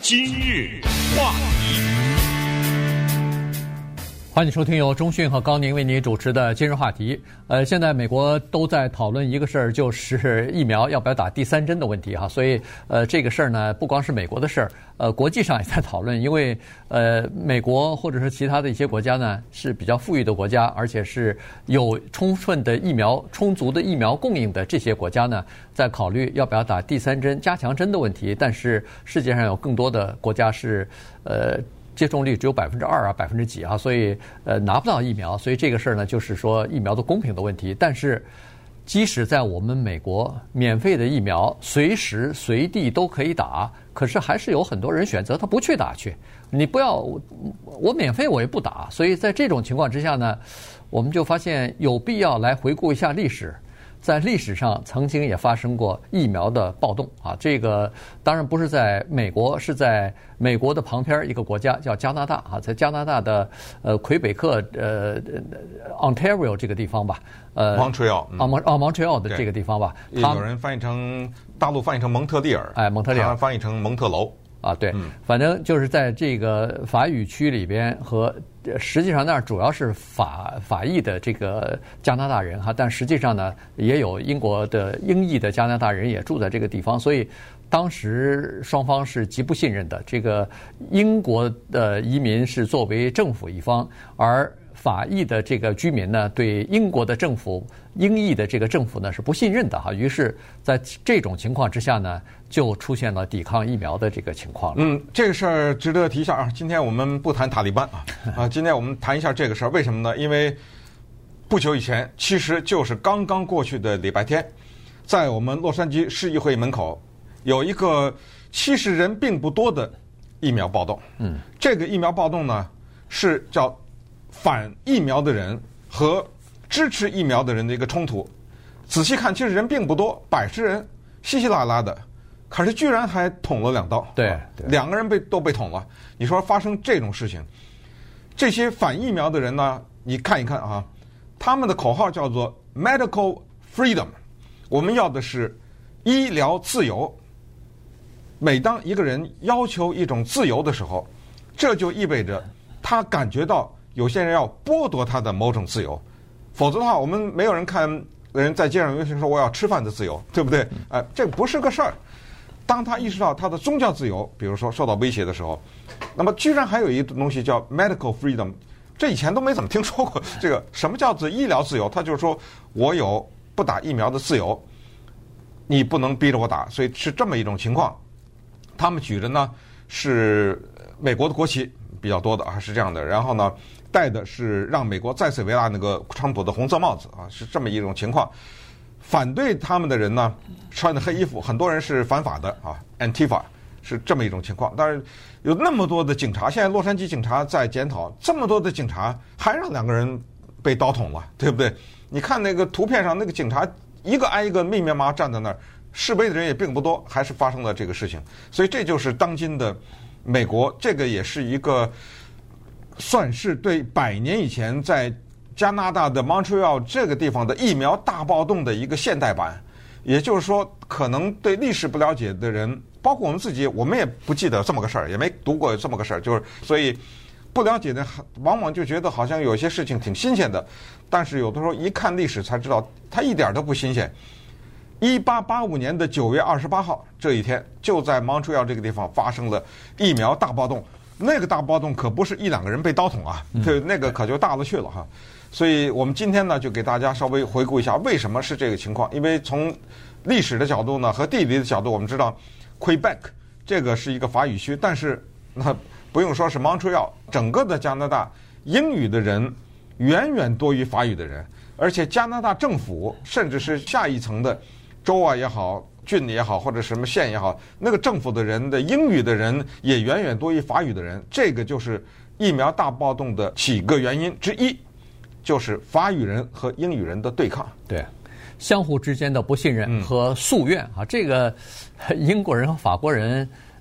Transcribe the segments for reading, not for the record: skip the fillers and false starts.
今日话题， 欢迎收听由钟迅和高宁为你主持的今日话题。现在美国都在讨论一个事儿，就是疫苗要不要打第三针的问题哈。所以这个事儿呢，不光是美国的事儿，国际上也在讨论。因为美国或者是其他的一些国家呢是比较富裕的国家，而且是有充足的疫苗供应的这些国家呢，在考虑要不要打第三针加强针的问题。但是世界上有更多的国家是接种率只有2%啊，几啊，所以拿不到疫苗，所以这个事儿呢，就是说疫苗的公平的问题。但是，即使在我们美国，免费的疫苗随时随地都可以打，可是还是有很多人选择他不去打去。你不要我免费我也不打，所以在这种情况之下呢，我们就发现有必要来回顾一下历史。在历史上曾经也发生过疫苗的暴动啊，这个当然不是在美国，是在美国的旁边一个国家叫加拿大啊，在加拿大的魁北克Ontario 这个地方吧，Montreal 的这个地方吧， 有人翻译成大陆翻译成蒙特利尔， 蒙特利尔翻译成蒙特楼。 啊，对，反正就是在这个法语区里边，和实际上那儿主要是法裔的这个加拿大人哈，但实际上呢，也有英裔的加拿大人也住在这个地方，所以当时双方是极不信任的。这个英国的移民是作为政府一方，而法裔的这个居民呢，对英国的政府、英裔的这个政府呢是不信任的哈。于是，在这种情况之下呢，就出现了抵抗疫苗的这个情况了。 这个事儿值得提一下啊。今天我们不谈塔利班啊，今天我们谈一下这个事儿。为什么呢？因为不久以前，其实就是刚刚过去的礼拜天，在我们洛杉矶市议会门口有一个其实人并不多的疫苗暴动。这个疫苗暴动呢是叫反疫苗的人和支持疫苗的人的一个冲突。仔细看，其实人并不多，100人，稀稀拉拉的，可是居然还捅了2刀。 对 ，2个人都被捅了。你说发生这种事情，这些反疫苗的人呢，你看一看啊，他们的口号叫做 medical freedom， 我们要的是医疗自由。每当一个人要求一种自由的时候，这就意味着他感觉到有些人要剥夺他的某种自由，否则的话，我们没有人看人在街上有些人说我要吃饭的自由，对不对？这不是个事儿。当他意识到他的宗教自由，比如说受到威胁的时候，那么居然还有一个东西叫 medical freedom， 这以前都没怎么听说过。这个什么叫做医疗自由？他就是说我有不打疫苗的自由，你不能逼着我打，所以是这么一种情况。他们举的呢是美国的国旗比较多的啊，是这样的。然后呢，戴的是让美国再次维纳那个川普的红色帽子啊，是这么一种情况。反对他们的人呢，穿的黑衣服，很多人是反法的啊 ，Antifa 是这么一种情况。但是有那么多的警察，现在洛杉矶警察在检讨，这么多的警察还让2个人被刀捅了，对不对？你看那个图片上，那个警察一个挨一个密密麻麻站在那儿，示威的人也并不多，还是发生了这个事情。所以这就是当今的美国，这个也是一个算是对100年以前在加拿大的 Montreal 这个地方的疫苗大暴动的一个现代版。也就是说，可能对历史不了解的人，包括我们自己，我们也不记得这么个事儿，也没读过这么个事儿，就是所以不了解的往往就觉得好像有些事情挺新鲜的，但是有的时候一看历史才知道，它一点都不新鲜。1885年的9月28号这一天，就在 Montreal 这个地方发生了疫苗大暴动。那个大暴动可不是1-2个人被刀捅啊，对，那个可就大了去了哈。所以我们今天呢，就给大家稍微回顾一下为什么是这个情况。因为从历史的角度呢和地理的角度，我们知道 Quebec 这个是一个法语区，但是那不用说是 Montreal， 整个的加拿大英语的人远远多于法语的人，而且加拿大政府甚至是下一层的州啊也好，郡也好，或者什么县也好，那个政府的人的英语的人也远远多于法语的人。这个就是疫苗大暴动的几个原因之一，就是法语人和英语人的对抗。 对，相互之间的不信任和夙愿啊，这个英国人和法国人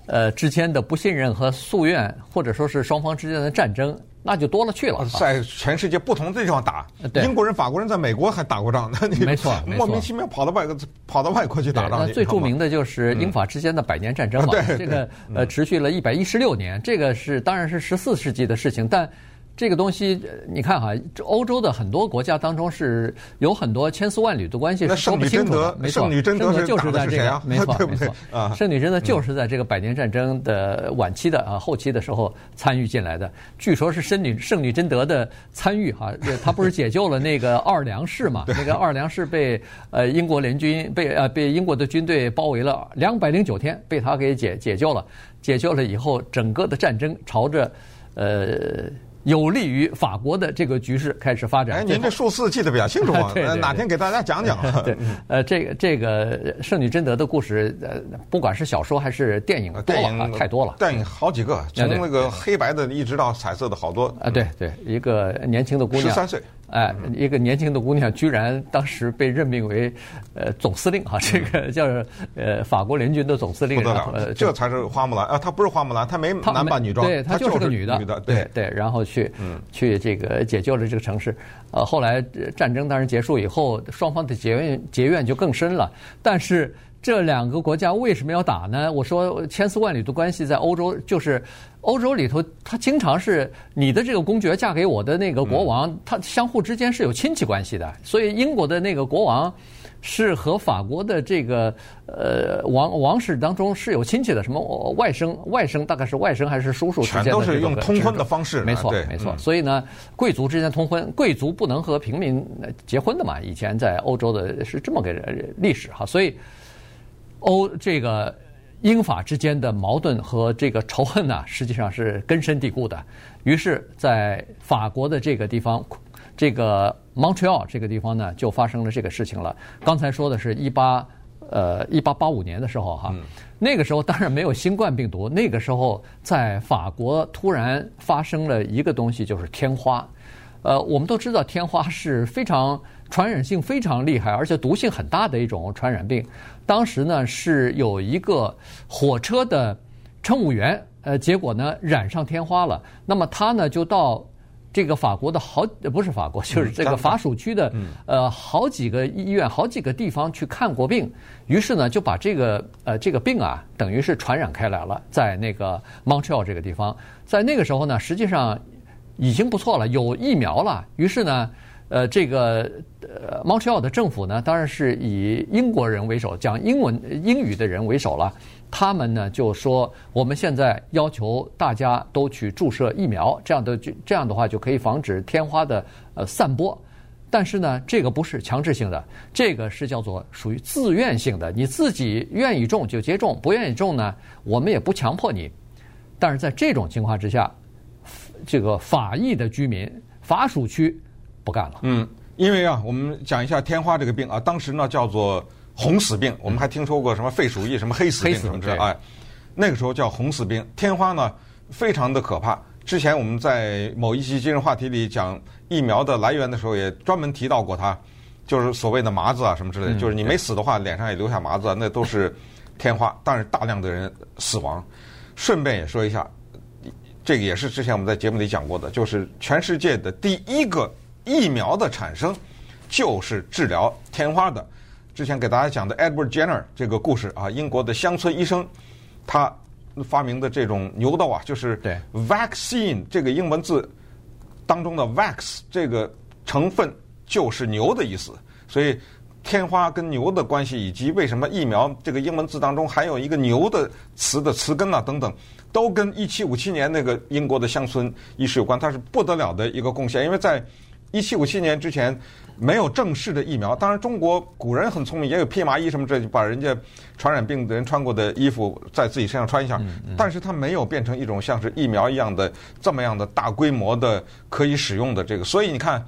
之间的不信任和夙愿，或者说是双方之间的战争，那就多了去了。 在全世界不同的地方打，英国人、法国人在美国还打过仗， 没错， 莫名其妙跑到外国去打仗。 那最著名的就是英法之间的100年战争嘛，这个持续了116年，这个当然是14世纪的事情，但。这个东西，你看哈，欧洲的很多国家当中是有很多千丝万缕的关系是说不清楚的。没错， 圣女贞德就是在这个，没错对不对？ 啊，圣女贞德就是在这个100年战争的晚期的后期的时候参与进来的。据说是圣女贞德的参与哈，她不是解救了那个奥尔良市嘛？那个奥尔良市被英国联军被英国的军队包围了209天，被她给解救了。解救了以后，整个的战争朝着有利于法国的这个局势开始发展。 您这数字记得比较清楚啊，哪天给大家讲讲。 对，这个圣女贞德的故事，不管是小说还是电影，太多了。 电影好几个，从那个黑白的一直到彩色的好多。 对，一个年轻的姑娘，13 岁。 一个年轻的姑娘居然当时被任命为总司令哈，这个叫法国联军的总司令。 不得了，这才是花木兰啊！她不是花木兰，她没男扮女装， 对，她就是个女的。对，然后去这个解救了这个城市。后来战争当然结束以后，双方的结怨就更深了。但是这2个国家为什么要打呢？我说千丝万缕的关系在欧洲，就是欧洲里头，它经常是你的这个公爵嫁给我的那个国王，它相互之间是有亲戚关系的。所以英国的那个国王是和法国的这个王室当中是有亲戚的，什么外甥大概是外甥还是叔叔之间的， 全都是用通婚的方式。 没错。所以呢，贵族之间通婚，贵族不能和平民结婚的嘛。以前在欧洲的是这么个历史哈，所以这个英法之间的矛盾和这个仇恨呢，实际上是根深蒂固的。于是，在法国的这个地方，这个 Montreal 这个地方呢，就发生了这个事情了。刚才说的是1885年的时候哈，那个时候当然没有新冠病毒，那个时候在法国突然发生了一个东西，就是天花。我们都知道天花是非常传染性非常厉害，而且毒性很大的一种传染病。当时呢是有一个火车的乘务员，结果呢染上天花了。那么他呢就到这个法国的不是法国，就是这个法属区的好几个医院、好几个地方去看过病。于是呢就把这个病啊，等于是传染开来了，在那个 Montreal 这个地方。在那个时候呢，实际上已经不错了，有疫苗了。于是呢，这个Montreal 的政府呢，当然是以英国人为首，讲英语的人为首了。他们呢就说，我们现在要求大家都去注射疫苗，这样的话就可以防止天花的散播。但是呢，这个不是强制性的，这个是叫做属于自愿性的，你自己愿意种就接种，不愿意种呢，我们也不强迫你。但是在这种情况之下，这个法裔的居民，法属区不干了。 因为啊，我们讲一下天花这个病啊，当时呢叫做红死病，我们还听说过什么肺鼠疫、什么黑死病什么之类的。那个时候叫红死病。天花呢非常的可怕。之前我们在某一期今日话题里讲疫苗的来源的时候，也专门提到过它，就是所谓的麻子啊什么之类的，就是你没死的话，脸上也留下麻子，那都是天花，但是大量的人死亡。顺便也说一下。这个也是之前我们在节目里讲过的，就是全世界的第一个疫苗的产生，就是治疗天花的。之前给大家讲的 Edward Jenner 这个故事啊，英国的乡村医生，他发明的这种牛痘啊，就是 vaccine 这个英文字当中的 vax 这个成分就是牛的意思，所以天花跟牛的关系，以及为什么疫苗这个英文字当中还有一个牛的词的词根啊等等，都跟1757年那个英国的乡村医师有关。它是不得了的一个贡献，因为在1757年之前没有正式的疫苗。当然中国古人很聪明，也有披麻衣什么，这就把人家传染病的人穿过的衣服在自己身上穿一下，但是它没有变成一种像是疫苗一样的这么样的大规模的可以使用的这个。所以你看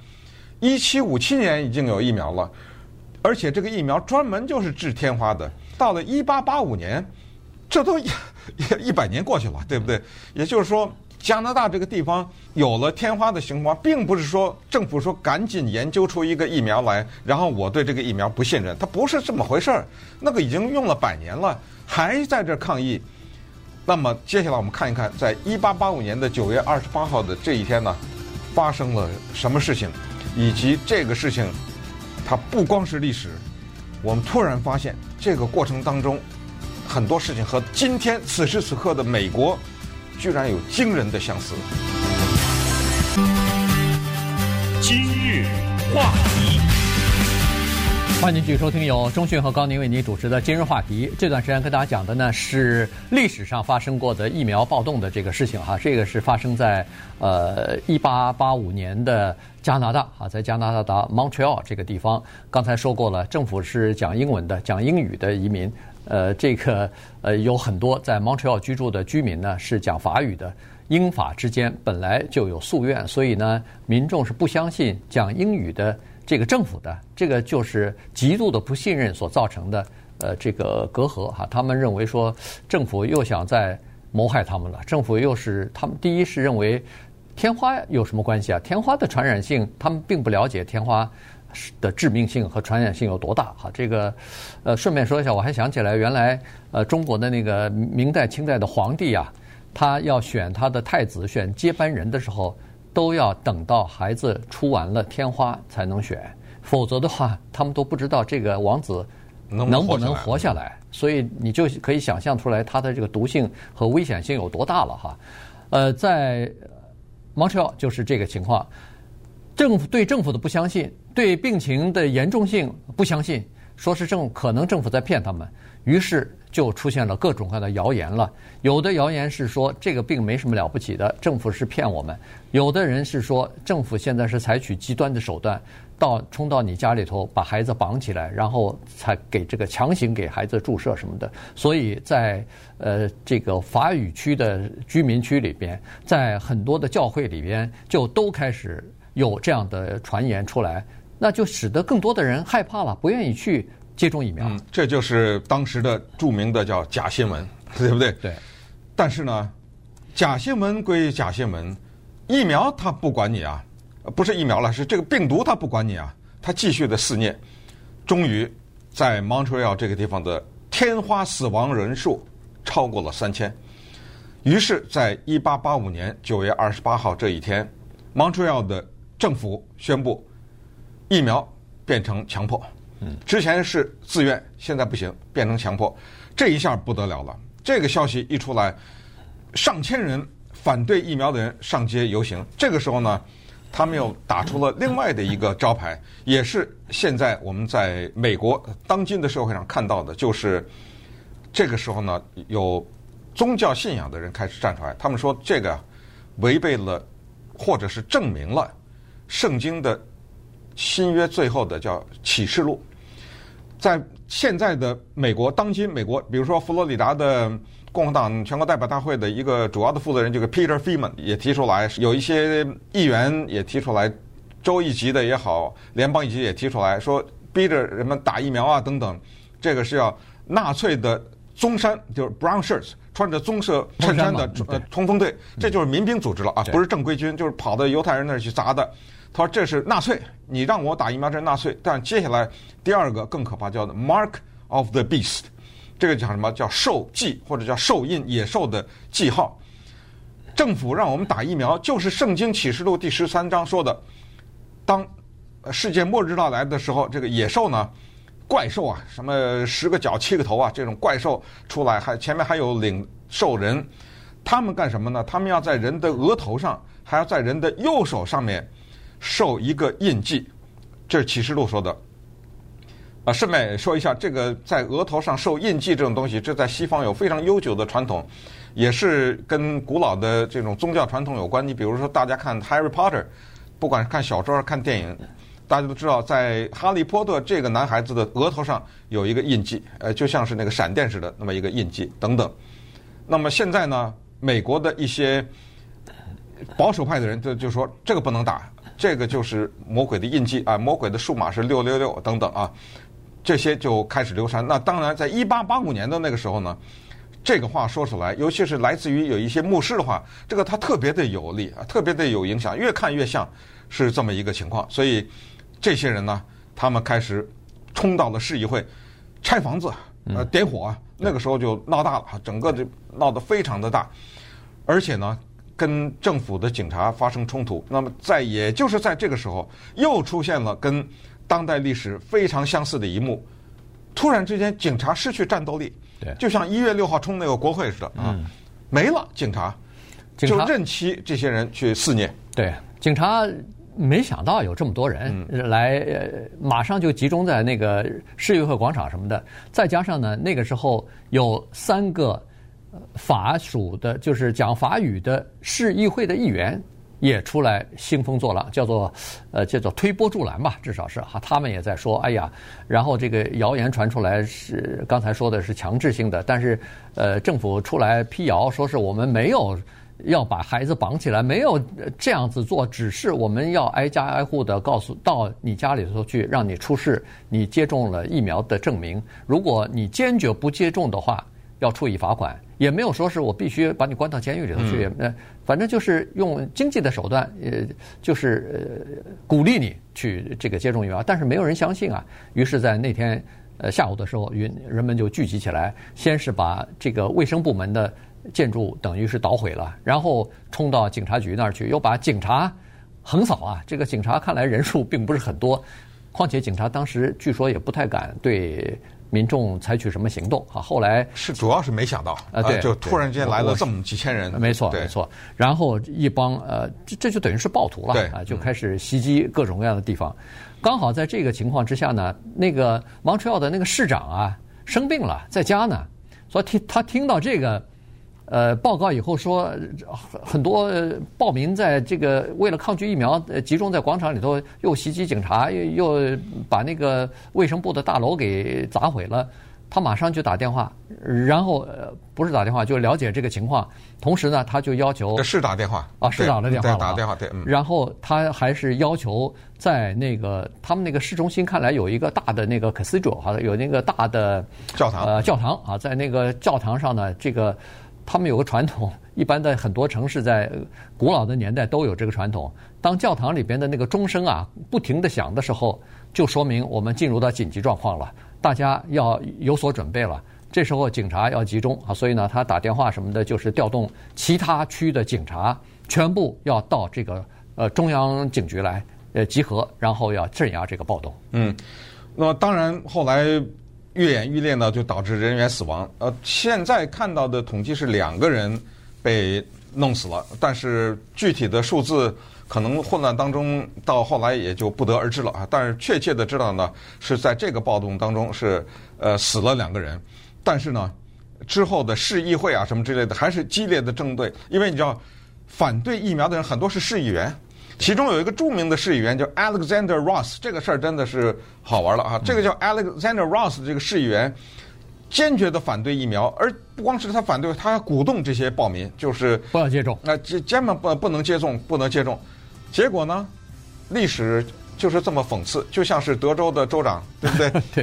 1757年已经有疫苗了，而且这个疫苗专门就是治天花的。到了1885年，这都100年过去了，对不对？也就是说，加拿大这个地方有了天花的情况，并不是说政府说赶紧研究出一个疫苗来，然后我对这个疫苗不信任，它不是这么回事儿。那个已经用了100年了，还在这抗议。 那么接下来我们看一看，在1885年的9月28号的这一天呢，发生了什么事情，以及这个事情它不光是历史，我们突然发现这个过程当中很多事情和今天此时此刻的美国居然有惊人的相似。 今日话题， 欢迎继续收听由钟迅和高宁为您主持的今日话题。这段时间跟大家讲的呢是历史上发生过的疫苗暴动的这个事情哈，这个是发生在1885年的加拿大啊，在加拿大的 Montreal 这个地方。刚才说过了，政府是讲英文的，讲英语的移民，有很多在 Montreal 居住的居民呢是讲法语的。英法之间本来就有夙愿，所以呢，民众是不相信讲英语的这个政府的，这个就是极度的不信任所造成的这个隔阂哈。他们认为说政府又想再谋害他们了，政府又是他们第一是认为天花有什么关系啊？天花的传染性，他们并不了解天花的致命性和传染性有多大哈。这个顺便说一下，我还想起来原来中国的那个明代清代的皇帝啊。他要选他的太子、选接班人的时候，都要等到孩子出完了天花才能选，否则的话，他们都不知道这个王子能不能活下来。所以你就可以想象出来他的这个毒性和危险性有多大了哈。在 Montreal 就是这个情况，政府的不相信，对病情的严重性不相信，说是可能政府在骗他们，于是就出现了各种各样的谣言了。有的谣言是说这个病没什么了不起的，政府是骗我们；有的人是说政府现在是采取极端的手段，冲到你家里头把孩子绑起来，然后才给这个强行给孩子注射什么的。所以在这个法语区的居民区里边，在很多的教会里边，就都开始有这样的传言出来，那就使得更多的人害怕了，不愿意去接种疫苗。 这就是当时的著名的叫假新闻，对不对？ 对。 但是呢，假新闻归假新闻，疫苗它不管你啊，不是疫苗了，是这个病毒它不管你啊，它继续的肆虐。终于在 Montreal 这个地方的天花死亡人数超过了3000。于是，在1885年9月28号这一天 ，Montreal 的政府宣布疫苗变成强迫。之前是自愿，现在不行，变成强迫，这一下不得了了。这个消息一出来，上千人反对疫苗的人上街游行。这个时候呢，他们又打出了另外的一个招牌，也是现在我们在美国当今的社会上看到的，就是这个时候呢，有宗教信仰的人开始站出来，他们说这个违背了，或者是证明了圣经的新约最后的叫启示录。在现在的美国，当今美国，比如说佛罗里达的共和党全国代表大会的一个主要的负责人，这个 Peter Freeman 也提出来，有一些议员也提出来，州一级的也好，联邦一级也提出来说，逼着人们打疫苗啊等等，这个是要纳粹的棕衫，就是 brown shirts， 穿着棕色衬衫的冲锋队，这就是民兵组织了啊，不是正规军，就是跑到犹太人那儿去砸的。他说这是纳粹，你让我打疫苗这是纳粹。但接下来第二个更可怕，叫 Mark of the Beast， 这个叫什么？叫兽记或者叫兽印，野兽的记号。政府让我们打疫苗，就是圣经启示录第13章说的，当世界末日到来的时候，这个野兽呢，怪兽啊，什么10个脚7个头啊，这种怪兽出来，还前面还有领兽人，他们干什么呢？他们要在人的额头上，还要在人的右手上面受一个印记，这是启示录说的。顺便说一下，这个在额头上受印记这种东西，这在西方有非常悠久的传统，也是跟古老的这种宗教传统有关。你比如说，大家看 Harry Potter， 不管是看小说还是看电影，大家都知道，在哈利波特这个男孩子的额头上有一个印记，就像是那个闪电似的那么一个印记等等。那么现在呢，美国的一些保守派的人就说这个不能打，这个就是魔鬼的印记啊，魔鬼的数码是666等等啊，这些就开始流传。那当然，在1885年的那个时候呢，这个话说出来，尤其是来自于有一些牧师的话，这个他特别的有力啊，特别的有影响，越看越像是这么一个情况。所以这些人呢，他们开始冲到了市议会，拆房子，点火啊， 那个时候就闹大了，整个就闹得非常的大，而且呢，跟政府的警察发生冲突。那么也就是在这个时候，又出现了跟当代历史非常相似的一幕，突然之间警察失去战斗力， 对， 就像1月6号冲那个国会似的啊，没了警察就任其这些人去肆虐。 对，警察没想到有这么多人来，马上就集中在那个市议会广场什么的。再加上呢，那个时候有3个法属的，就是讲法语的市议会的议员也出来兴风作浪，叫做推波助澜吧，至少是哈，他们也在说，哎呀，然后这个谣言传出来是刚才说的是强制性的，但是政府出来辟谣，说是我们没有要把孩子绑起来，没有这样子做，只是我们要挨家挨户的告诉到你家里头去，让你出示你接种了疫苗的证明。如果你坚决不接种的话，要处以罚款。也没有说是我必须把你关到监狱里头去，反正就是用经济的手段，就是鼓励你去这个接种疫苗。但是没有人相信啊，于是在那天下午的时候，人们就聚集起来，先是把这个卫生部门的建筑等于是捣毁了，然后冲到警察局那儿去，又把警察横扫啊。这个警察看来人数并不是很多，况且警察当时据说也不太敢对民众采取什么行动啊？后来是主要是没想到对， 就突然间来了这么几千人， 没错没错。然后一帮这就等于是暴徒了啊，就开始袭击各种各样的地方。刚好在这个情况之下呢，那个蒙特利尔的那个市长啊生病了，在家呢，所以他听到这个报告以后说，很多暴民在这个为了抗拒疫苗，集中在广场里头，又袭击警察，又把那个卫生部的大楼给砸毁了。他马上就打电话，然后不是打电话，就了解这个情况。同时呢，他就要求是打电话啊，是打了电话了， 打电话对。 然后他还是要求在那个他们那个市中心，看来有一个大的那个 cathedral 哈，有那个大的教堂教堂啊，在那个教堂上呢，这个。他们有个传统，一般在很多城市在古老的年代都有这个传统。当教堂里边的那个钟声啊不停地响的时候，就说明我们进入到紧急状况了，大家要有所准备了。这时候警察要集中啊，所以呢，他打电话什么的，就是调动其他区的警察，全部要到这个中央警局来集合，然后要镇压这个暴动。 那么当然后来越演愈烈呢，就导致人员死亡。现在看到的统计是2个人被弄死了，但是具体的数字可能混乱当中到后来也就不得而知了啊。但是确切的知道呢，是在这个暴动当中是死了2个人，但是呢之后的市议会啊什么之类的还是激烈的争对，因为你知道反对疫苗的人很多是市议员。其中有一个著名的市议员叫 Alexander Ross， 这个事儿真的是好玩了啊！这个叫 Alexander Ross 的这个市议员坚决的反对疫苗，而不光是他反对，他还鼓动这些暴民，就是不要接种， 根本不能接种，不能接种。结果呢，历史就是这么讽刺，就像是德州的州长，对不对？ 对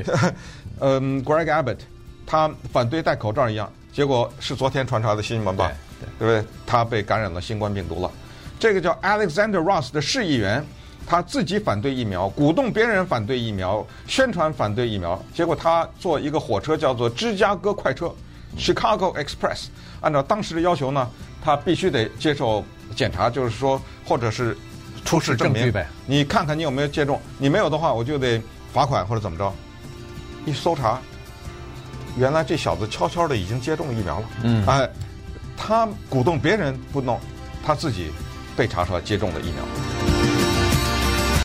，Greg Abbott， 他反对戴口罩一样，结果是昨天传出来的新闻吧？对不对？他被感染了新冠病毒了。这个叫 Alexander Ross 的市议员，他自己反对疫苗，鼓动别人反对疫苗，宣传反对疫苗。结果他坐一个火车叫做芝加哥快车 Chicago Express， 按照当时的要求呢，他必须得接受检查，就是说或者是出示证明，你看看你有没有接种，你没有的话我就得罚款或者怎么着。一搜查，原来这小子悄悄的已经接种疫苗了。他鼓动别人不弄，他自己被查出来接种了疫苗。